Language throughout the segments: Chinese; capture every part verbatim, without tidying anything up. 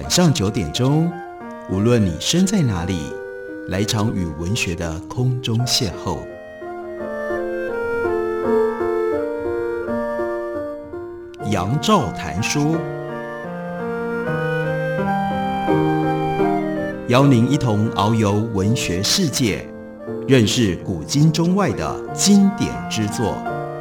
晚上九点钟，无论你身在哪里，来一场与文学的空中邂逅。杨照谈书，邀您一同遨游文学世界，认识古今中外的经典之作。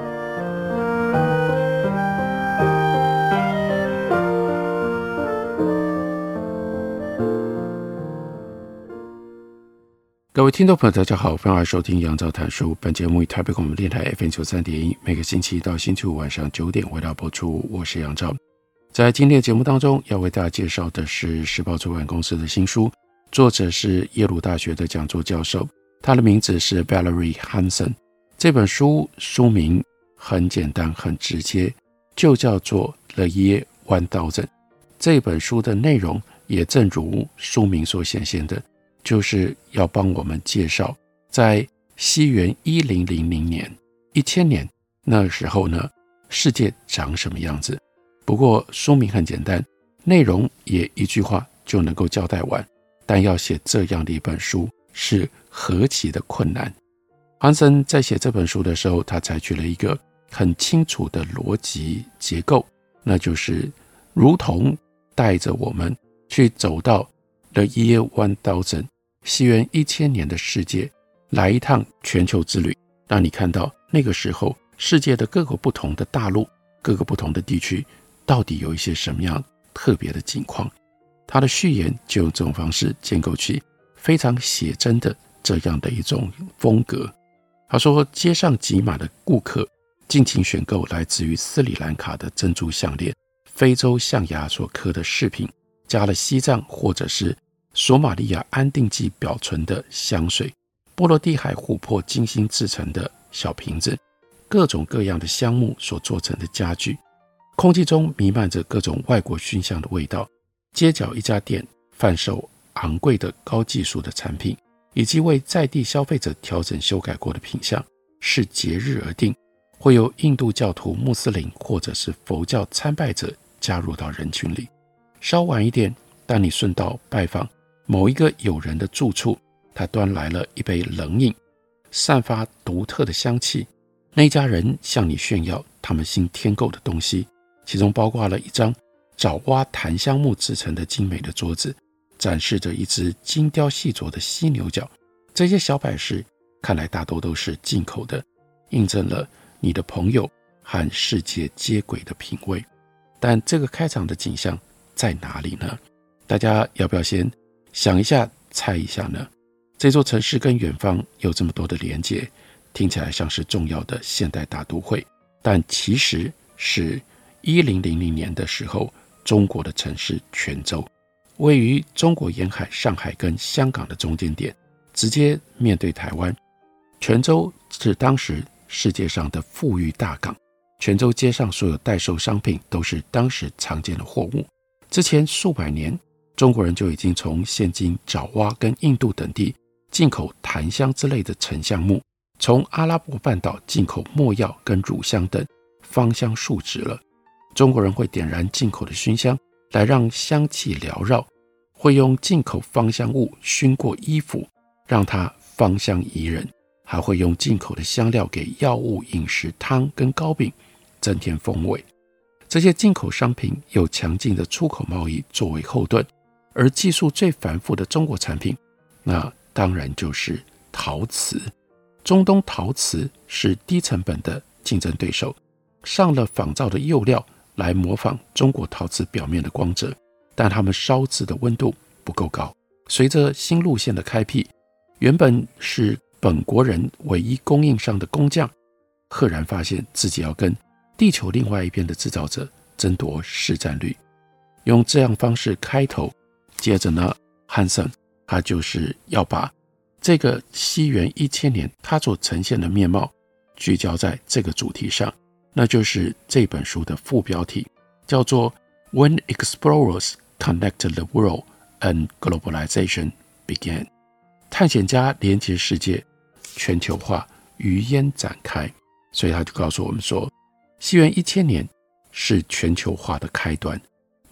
各位听众朋友大家好，欢迎来收听杨照谈书。本节目以台北广播电台 F M 九十三点一，每个星期一到星期五晚上九点为大家播出。我是杨照。在今天的节目当中，要为大家介绍的是时报出版公司的新书，作者是耶鲁大学的讲座教授，他的名字是 Valerie Hansen。 这本书书名很简单很直接，就叫做 The Year one thousand。 这本书的内容也正如书名所显现的，就是要帮我们介绍在西元一零零零年一千年那时候呢，世界长什么样子。不过书名很简单，内容也一句话就能够交代完，但要写这样的一本书是何其的困难。汉森在写这本书的时候，他采取了一个很清楚的逻辑结构，那就是如同带着我们去走到 The Year one thousand， 西元一千年的世界，来一趟全球之旅，让你看到那个时候世界的各个不同的大陆，各个不同的地区到底有一些什么样特别的境况。他的序言就用这种方式建构起非常写真的这样的一种风格。他说，街上挤满了顾客，尽情选购来自于斯里兰卡的珍珠项链，非洲象牙所刻的饰品，加了西藏或者是索马利亚安定剂表醇的香水，波罗的海琥珀精心制成的小瓶子，各种各样的香木所做成的家具，空气中弥漫着各种外国熏香的味道。街角一家店贩售昂贵的高技术的产品，以及为在地消费者调整修改过的品项，是节日而定，会有印度教徒、穆斯林或者是佛教参拜者加入到人群里。稍晚一点，当你顺道拜访某一个友人的住处，他端来了一杯冷饮，散发独特的香气。那家人向你炫耀他们新添购的东西，其中包括了一张爪哇檀香木制成的精美的桌子，展示着一只精雕细琢的犀牛角。这些小摆饰看来大多都是进口的，印证了你的朋友和世界接轨的品味。但这个开场的景象在哪里呢？大家要不要先想一下猜一下呢？这座城市跟远方有这么多的连结，听起来像是重要的现代大都会，但其实是一零零零年的时候中国的城市泉州，位于中国沿海上海跟香港的中间点，直接面对台湾。泉州是当时世界上的富裕大港，泉州街上所有代售商品都是当时常见的货物。之前数百年，中国人就已经从现今爪哇跟印度等地进口檀香之类的沉香木，从阿拉伯半岛进口没药跟乳香等芳香树脂了。中国人会点燃进口的熏香来让香气缭绕，会用进口芳香物熏过衣服，让它芳香宜人，还会用进口的香料给药物、饮食、汤跟糕饼增添风味。这些进口商品有强劲的出口贸易作为后盾，而技术最繁复的中国产品，那当然就是陶瓷。中东陶瓷是低成本的竞争对手，上了仿造的釉料来模仿中国陶瓷表面的光泽，但他们烧制的温度不够高。随着新路线的开辟，原本是本国人唯一供应商的工匠，赫然发现自己要跟地球另外一边的制造者争夺市占率。用这样方式开头，接着呢，汉森他就是要把这个西元一千年他所呈现的面貌聚焦在这个主题上，那就是这本书的副标题，叫做 When Explorers Connect the World and Globalization Began。 探险家连接世界，全球化余烟展开。所以他就告诉我们说，西元一千年是全球化的开端，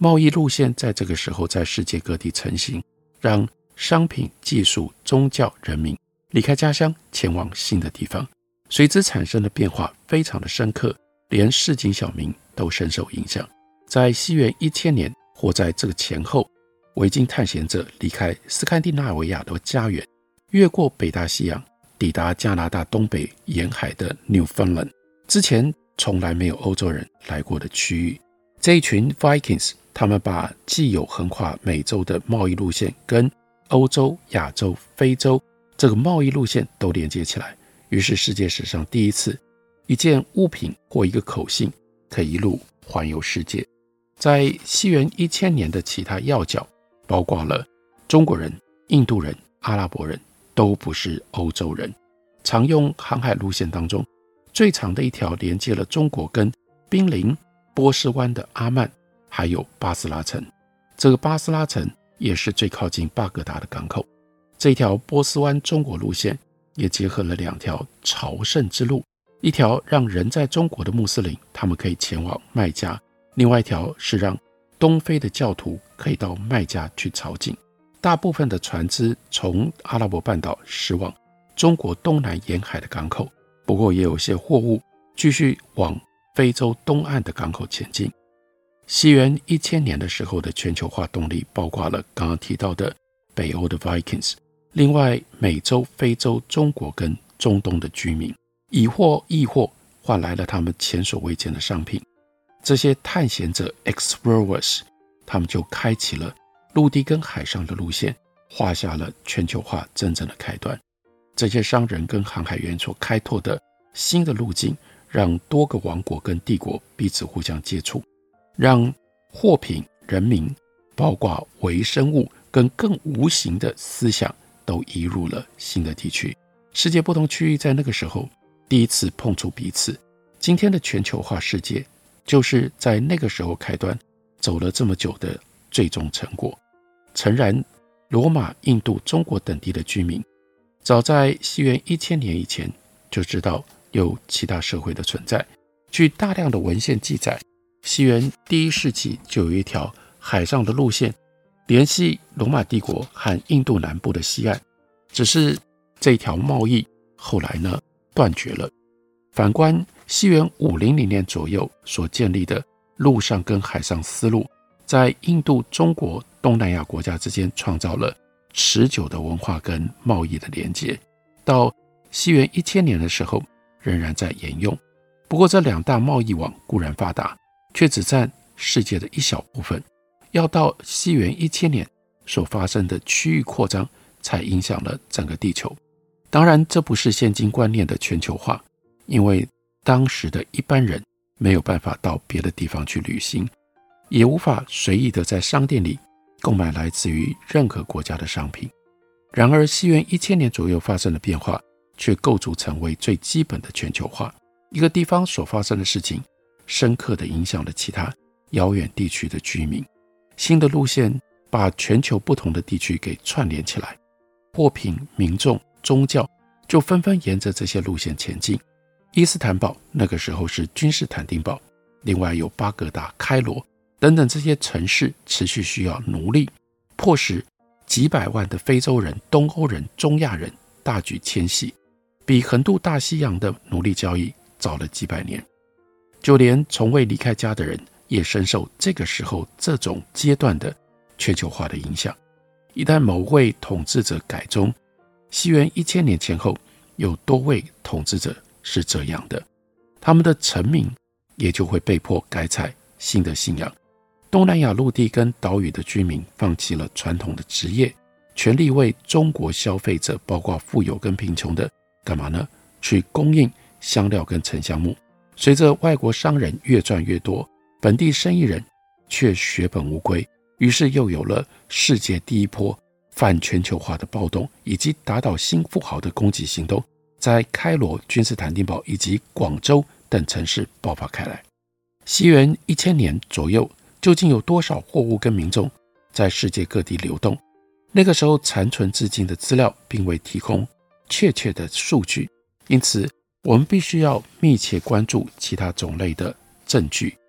贸易路线在这个时候在世界各地成型，让商品、技术、宗教、人民离开家乡前往新的地方，随之产生的变化非常的深刻，连市井小民都深受影响。在西元一千年或在这个前后，维京探险者离开斯堪的纳维亚的家园，越过北大西洋，抵达加拿大东北沿海的 Newfoundland， 之前从来没有欧洲人来过的区域。这一群 Vikings 他们把既有横跨美洲的贸易路线跟欧洲、亚洲、非洲这个贸易路线都连接起来，于是世界史上第一次，一件物品或一个口信可以一路环游世界。在西元一千年的其他要角，包括了中国人、印度人、阿拉伯人，都不是欧洲人。常用航海路线当中，最长的一条连接了中国跟濒临波斯湾的阿曼，还有巴斯拉城。这个巴斯拉城也是最靠近巴格达的港口。这条波斯湾中国路线也结合了两条朝圣之路，一条让人在中国的穆斯林他们可以前往麦加，另外一条是让东非的教徒可以到麦加去朝觐。大部分的船只从阿拉伯半岛驶往中国东南沿海的港口，不过也有些货物继续往非洲东岸的港口前进。西元一千年的时候的全球化动力包括了刚刚提到的北欧的 Vikings， 另外美洲、非洲、中国跟中东的居民，以货易货换来了他们前所未见的商品。这些探险者 Explorers 他们就开启了陆地跟海上的路线，画下了全球化真正的开端。这些商人跟航海员所开拓的新的路径，让多个王国跟帝国彼此互相接触，让货品、人民，包括微生物跟更无形的思想都移入了新的地区。世界不同区域在那个时候第一次碰触彼此。今天的全球化世界就是在那个时候开端，走了这么久的最终成果。诚然，罗马、印度、中国等地的居民早在西元一千年以前就知道有其他社会的存在。据大量的文献记载，西元第一世纪就有一条海上的路线联系罗马帝国和印度南部的西岸，只是这条贸易后来呢断绝了。反观西元五百年左右所建立的陆上跟海上丝路，在印度、中国、东南亚国家之间创造了持久的文化跟贸易的连接，到西元一千年的时候仍然在沿用。不过这两大贸易网固然发达，却只占世界的一小部分，要到西元一千年所发生的区域扩张才影响了整个地球。当然这不是现今观念的全球化，因为当时的一般人没有办法到别的地方去旅行，也无法随意的在商店里购买来自于任何国家的商品。然而西元一千年左右发生的变化却构筑成为最基本的全球化。一个地方所发生的事情深刻地影响了其他遥远地区的居民。新的路线把全球不同的地区给串联起来，货品、民众、宗教就纷纷沿着这些路线前进。伊斯坦堡那个时候是君士坦丁堡，另外有巴格达、开罗等等这些城市持续需要奴隶，迫使几百万的非洲人、东欧人、中亚人大举迁徙，比横渡大西洋的奴隶交易早了几百年。就连从未离开家的人也深受这个时候这种阶段的全球化的影响。一旦某位统治者改宗，西元一千年前后有多位统治者是这样的，他们的臣民也就会被迫改采新的信仰。东南亚陆地跟岛屿的居民放弃了传统的职业，全力为中国消费者，包括富有跟贫穷的，干嘛呢？去供应香料跟沉香木。随着外国商人越赚越多，本地生意人却血本无归，于是又有了世界第一波反全球化的暴动，以及打倒新富豪的攻击行动，在开罗、君士坦丁堡以及广州等城市爆发开来。西元一千年左右，究竟有多少货物跟民众在世界各地流动？那个时候残存至今的资料并未提供确切的数据，因此我们必须要密切关注其他种类的证据。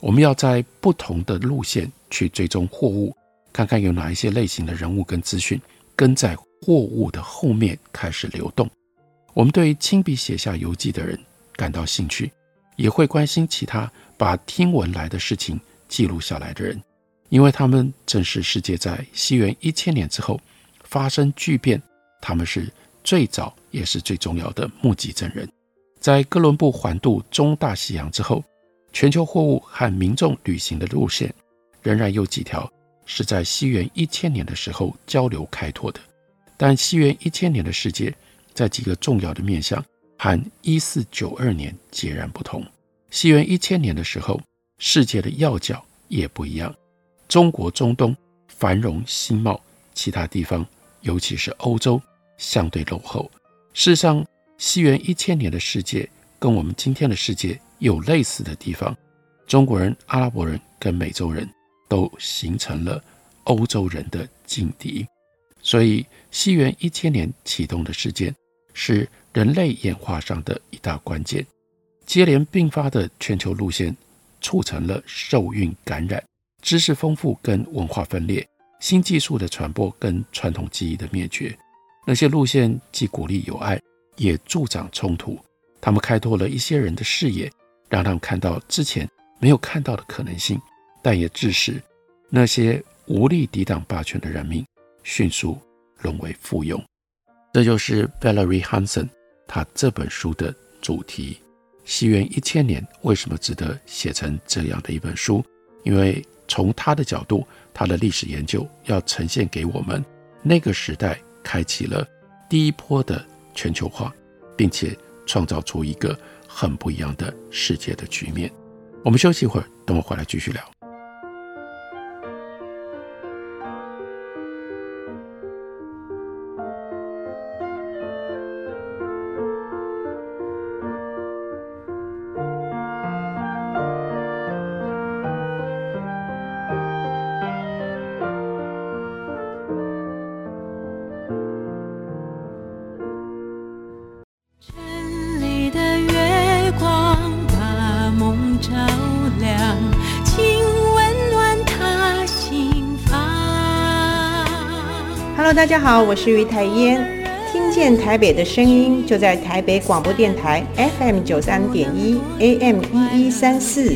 我们要在不同的路线去追踪货物，看看有哪一些类型的人物跟资讯跟在货物的后面开始流动。我们对亲笔写下游记的人感到兴趣，也会关心其他把听闻来的事情记录下来的人，因为他们正是世界在西元一千年之后发生巨变，他们是最早也是最重要的目击证人。在哥伦布环渡中大西洋之后，全球货物和民众旅行的路线仍然有几条是在西元一千年的时候交流开拓的，但西元一千年的世界在几个重要的面向和一四九二年截然不同。西元一千年的时候，世界的要角也不一样。中国中东繁荣兴茂，其他地方尤其是欧洲相对落后。事实上，西元一千年的世界跟我们今天的世界有类似的地方，中国人、阿拉伯人跟美洲人都形成了欧洲人的劲敌。所以西元一千年启动的事件是人类演化上的一大关键，接连并发的全球路线促成了受孕感染、知识丰富跟文化分裂、新技术的传播跟传统技艺的灭绝。那些路线既鼓励友爱，也助长冲突，他们开拓了一些人的视野，让他们看到之前没有看到的可能性，但也致使那些无力抵挡霸权的人民迅速沦为附庸。这就是 Valerie Hansen 他这本书的主题。西元一千年为什么值得写成这样的一本书？因为从他的角度，他的历史研究要呈现给我们那个时代开启了第一波的全球化，并且创造出一个很不一样的世界的局面。我们休息一会儿，等我回来继续聊。 Hello， 大家好，我是于台烟，听见台北的声音，就在台北广播电台 F M 九三点一 A M 一一三四。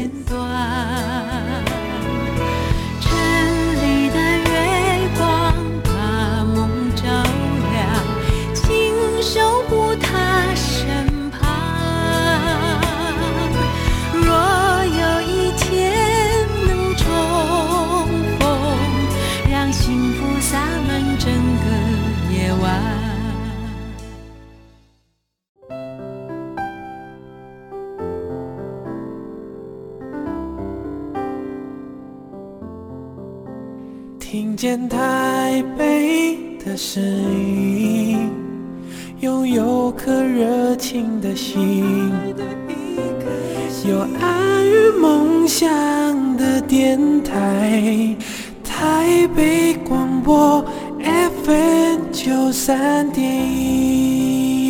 听见台北的声音，拥有颗热情的心，有爱与梦想的电台，台北广播 F M 九三点一。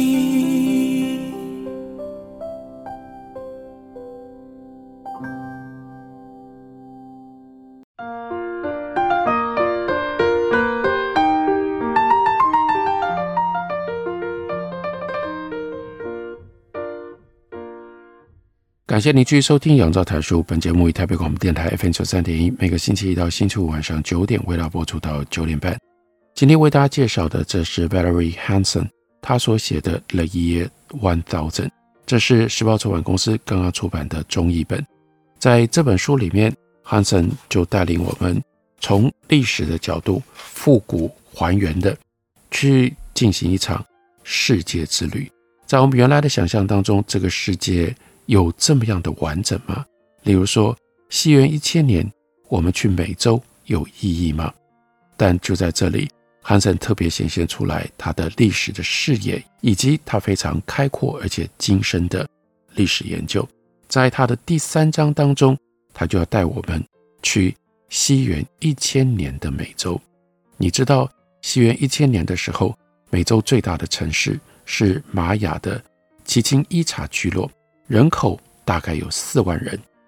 感谢您继续收听杨照谈书，本节目以台北广播电台 F M 九三点一，每个星期一到星期五晚上九点为大家播出到九点半。今天为大家介绍的，这是 Valerie Hansen 他所写的 The Year One Thousand， 这是时报出版公司刚刚出版的中译本。在这本书里面， Hansen 就带领我们从历史的角度复古还原的去进行一场世界之旅。在我们原来的想象当中，这个世界有这么样的完整吗？例如说，西元一千年我们去美洲有意义吗？但就在这里，汉森特别显现出来他的历史的视野，以及他非常开阔而且精深的历史研究。在他的第三章当中，他就要带我们去西元一千年的美洲。你知道，西元一千年的时候，美洲最大的城市是玛雅的奇钦伊察聚落，人口大概有四万人。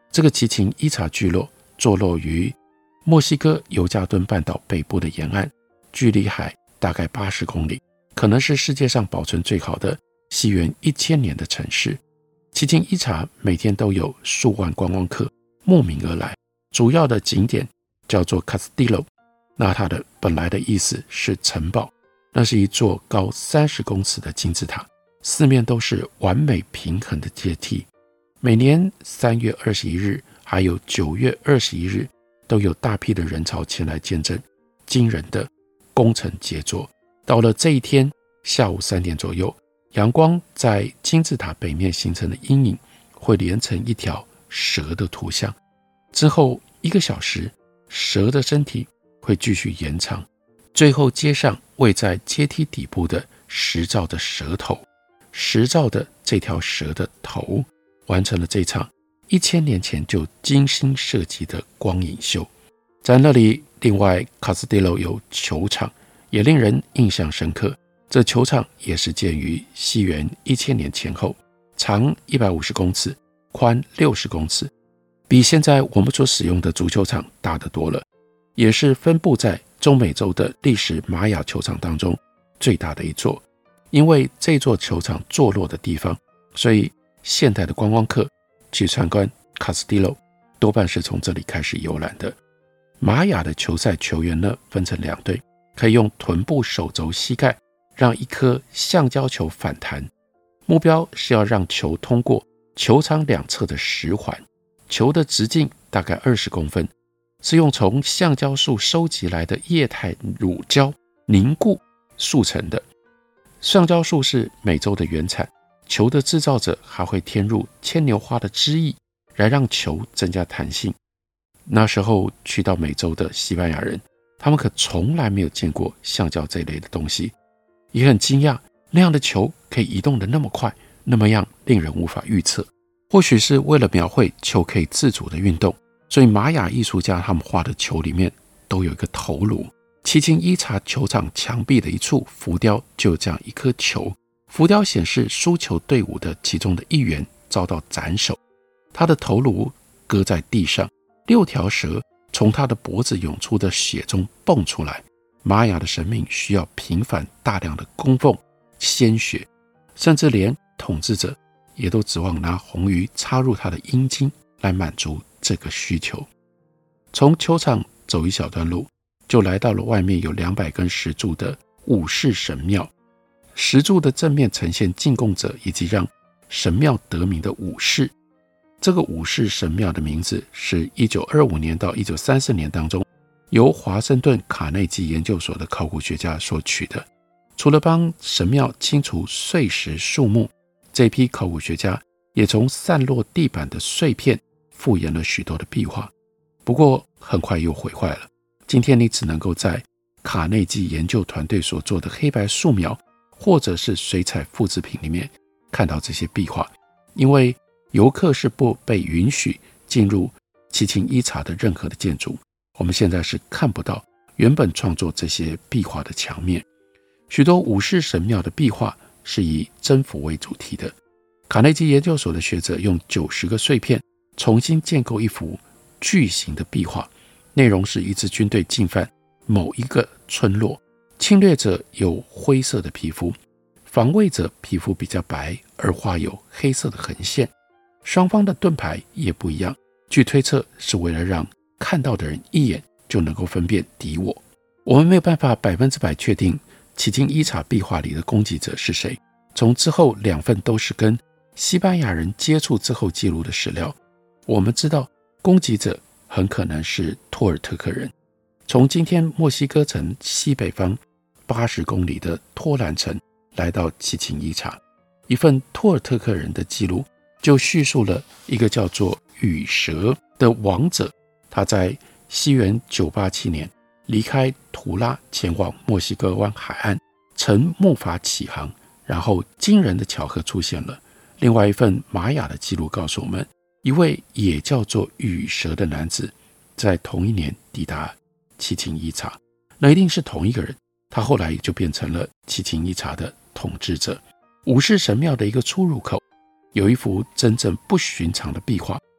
这个奇琴伊察聚落坐落于墨西哥尤加敦半岛北部的沿岸，距离海大概八十公里，可能是世界上保存最好的西元一千年的城市。奇琴伊察每天都有数万观光客慕名而来，主要的景点叫做 Castillo， 那它的本来的意思是城堡，那是一座高三十公尺的金字塔，四面都是完美平衡的阶梯。每年三月二十一日还有九月二十一日都有大批的人潮前来见证惊人的工程杰作。到了这一天下午三点左右，阳光在金字塔北面形成的阴影会连成一条蛇的图像，之后一个小时，蛇的身体会继续延长，最后接上位在阶梯底部的石造的蛇头，石造的这条蛇的头完成了这场一千年前就精心设计的光影秀。在那里，另外卡斯蒂洛有球场，也令人印象深刻。这球场也是建于西元一千年前后，长一百五十公尺，宽六十公尺，比现在我们所使用的足球场大得多了，也是分布在中美洲的历史玛雅球场当中最大的一座。因为这座球场坐落的地方，所以现代的观光客去参观卡斯蒂洛多半是从这里开始游览的。玛雅的球赛球员呢，分成两队，可以用臀部、手肘、膝盖让一颗橡胶球反弹，目标是要让球通过球场两侧的石环，球的直径大概二十公分，是用从橡胶树收集来的液态乳胶凝固塑成的。橡胶树是美洲的原产，球的制造者还会添入牵牛花的汁液，来让球增加弹性。那时候去到美洲的西班牙人，他们可从来没有见过橡胶这类的东西，也很惊讶那样的球可以移动得那么快，那么样令人无法预测。或许是为了描绘球可以自主的运动，所以玛雅艺术家他们画的球里面都有一个头颅。奇琴伊察球场墙壁的一处浮雕就有这样一颗球，浮雕显示输球队伍的其中的一员遭到斩首，他的头颅搁在地上，六条蛇从他的脖子涌出的血中蹦出来。玛雅的神明需要平反大量的供奉鲜血，甚至连统治者也都指望拿红鱼插入他的阴茎来满足这个需求。从球场走一小段路，就来到了外面有两百根石柱的武士神庙。石柱的正面呈现进贡者以及让神庙得名的武士。这个武士神庙的名字是一九二五年到一九三四年当中由华盛顿卡内基研究所的考古学家所取的。除了帮神庙清除碎石树木，这批考古学家也从散落地板的碎片复原了许多的壁画，不过很快又毁坏了。今天你只能够在卡内基研究团队所做的黑白素描或者是水彩复制品里面看到这些壁画，因为游客是不被允许进入奇琴伊察的任何的建筑，我们现在是看不到原本创作这些壁画的墙面。许多武士神庙的壁画是以征服为主题的。卡内基研究所的学者用九十个碎片重新建构一幅巨型的壁画，内容是一支军队进犯某一个村落，侵略者有灰色的皮肤，防卫者皮肤比较白，而画有黑色的横线。双方的盾牌也不一样，据推测是为了让看到的人一眼就能够分辨敌我。我们没有办法百分之百确定奇琴伊察壁画里的攻击者是谁。从之后两份都是跟西班牙人接触之后记录的史料，我们知道攻击者很可能是托尔特克人。从今天墨西哥城西北方八十公里的托兰城来到奇琴伊察，一份托尔特克人的记录就叙述了一个叫做羽蛇的王者，他在西元九八七年离开图拉前往墨西哥湾海岸，乘木筏起航，然后惊人的巧合出现了。另外一份玛雅的记录告诉我们，一位也叫做羽蛇的男子在同一年抵达奇琴伊察，那一定是同一个人，他后来也就变成了奇琴伊察的统治者。武士神庙的一个出入口有一幅真正不寻常的壁画，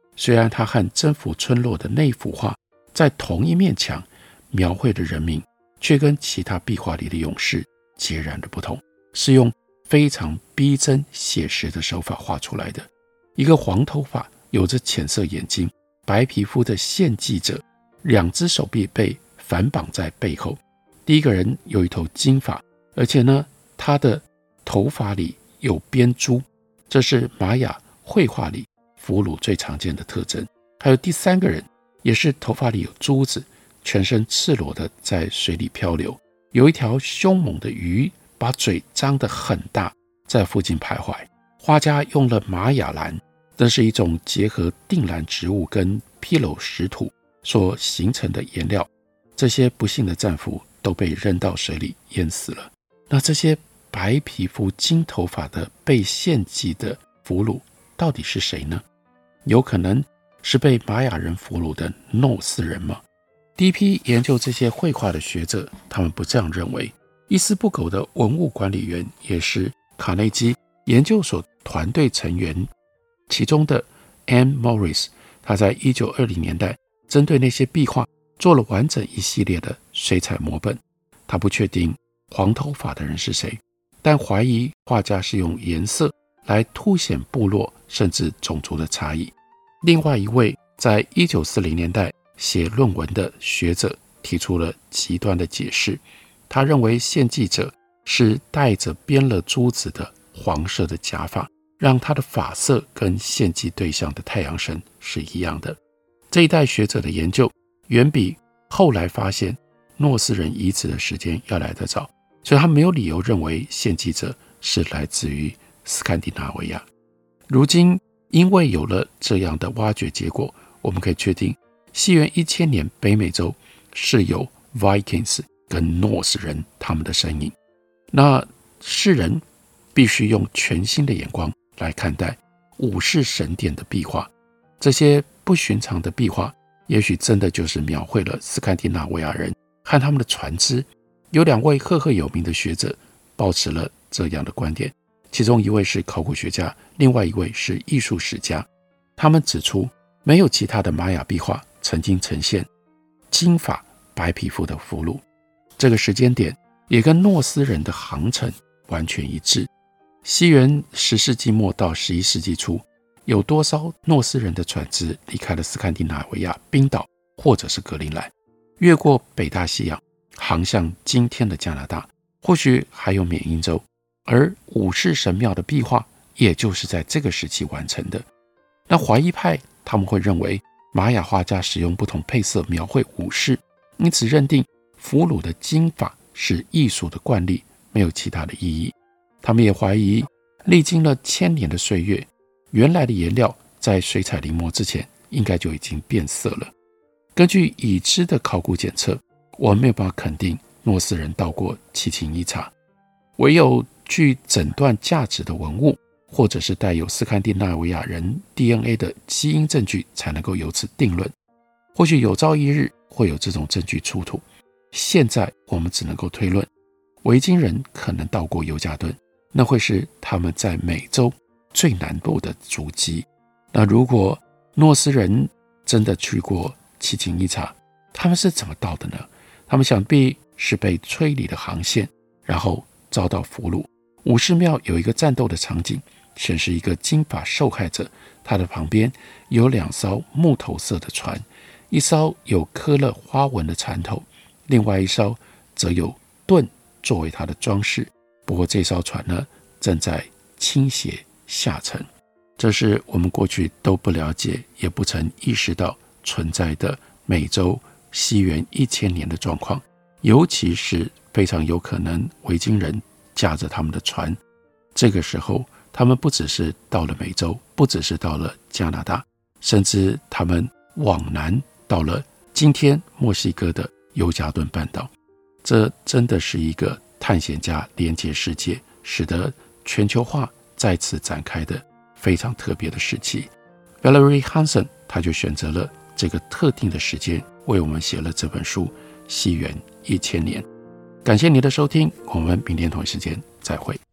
虽然他和征服村落的那幅画在同一面墙描绘的人民，却跟其他壁画里的勇士截然的不同，是用非常逼真写实的手法画出来的。一个黄头发、有着浅色眼睛、白皮肤的献祭者，两只手臂被反绑在背后。第一个人有一头金发，而且呢，他的头发里有编珠，这是玛雅绘画里俘虏最常见的特征。还有第三个人，也是头发里有珠子，全身赤裸的在水里漂流，有一条凶猛的鱼把嘴张得很大，在附近徘徊。画家用了玛雅蓝，这是一种结合定兰植物跟披鞹石土所形成的颜料。这些不幸的战俘都被扔到水里淹死了。那这些白皮肤金头发的被献祭的俘虏到底是谁呢？有可能是被玛雅人俘虏的诺斯人吗？第一批研究这些绘画的学者，他们不这样认为。一丝不苟的文物管理员，也是卡内基研究所团队成员其中的 Anne Morris， 他在一九二零年代针对那些壁画做了完整一系列的水彩摹本。他不确定黄头发的人是谁，但怀疑画家是用颜色来凸显部落甚至种族的差异。另外一位在一九四零年代写论文的学者提出了极端的解释，他认为献祭者是戴着编了珠子的黄色的假发，让他的发色跟献祭对象的太阳神是一样的。这一代学者的研究远比后来发现诺斯人遗址的时间要来得早，所以他没有理由认为献祭者是来自于斯堪的纳维亚。如今因为有了这样的挖掘结果，我们可以确定西元一千年北美洲是有 Vikings 跟诺斯人他们的身影。那世人必须用全新的眼光来看待武士神殿的壁画。这些不寻常的壁画也许真的就是描绘了斯堪的纳维亚人和他们的船只。有两位赫赫有名的学者抱持了这样的观点，其中一位是考古学家，另外一位是艺术史家。他们指出，没有其他的玛雅壁画曾经呈现金发白皮肤的俘虏。这个时间点也跟诺斯人的航程完全一致。西元十世纪末到十一世纪初，有多艘诺斯人的船只离开了斯堪的纳维亚、冰岛或者是格陵兰，越过北大西洋，航向今天的加拿大，或许还有缅因州。而武士神庙的壁画也就是在这个时期完成的。那怀疑派他们会认为玛雅画家使用不同配色描绘武士，因此认定俘虏的金发是艺术的惯例，没有其他的意义。他们也怀疑历经了千年的岁月，原来的颜料在水彩临摹之前应该就已经变色了。根据已知的考古检测，我们没有办法肯定诺斯人到过奇琴伊察，唯有具诊断价值的文物，或者是带有斯堪的纳维亚人 D N A 的基因证据，才能够由此定论。或许有朝一日会有这种证据出土，现在我们只能够推论，维京人可能到过尤加敦，那会是他们在美洲最南部的足迹。那如果诺斯人真的去过奇琴伊察，他们是怎么到的呢？他们想必是被吹离了航线，然后遭到俘虏。武士庙有一个战斗的场景，显示一个金发受害者，他的旁边有两艘木头色的船，一艘有刻了花纹的船头，另外一艘则有盾作为它的装饰。不过这艘船呢，正在倾斜下沉。这是我们过去都不了解，也不曾意识到存在的美洲西元一千年的状况，尤其是非常有可能维京人驾着他们的船，这个时候他们不只是到了美洲，不只是到了加拿大，甚至他们往南到了今天墨西哥的尤加敦半岛。这真的是一个探险家连接世界，使得全球化再次展开的非常特别的时期。 Valerie Hansen 他就选择了这个特定的时间，为我们写了这本书《西元一千年》。感谢您的收听，我们明天同一时间再会。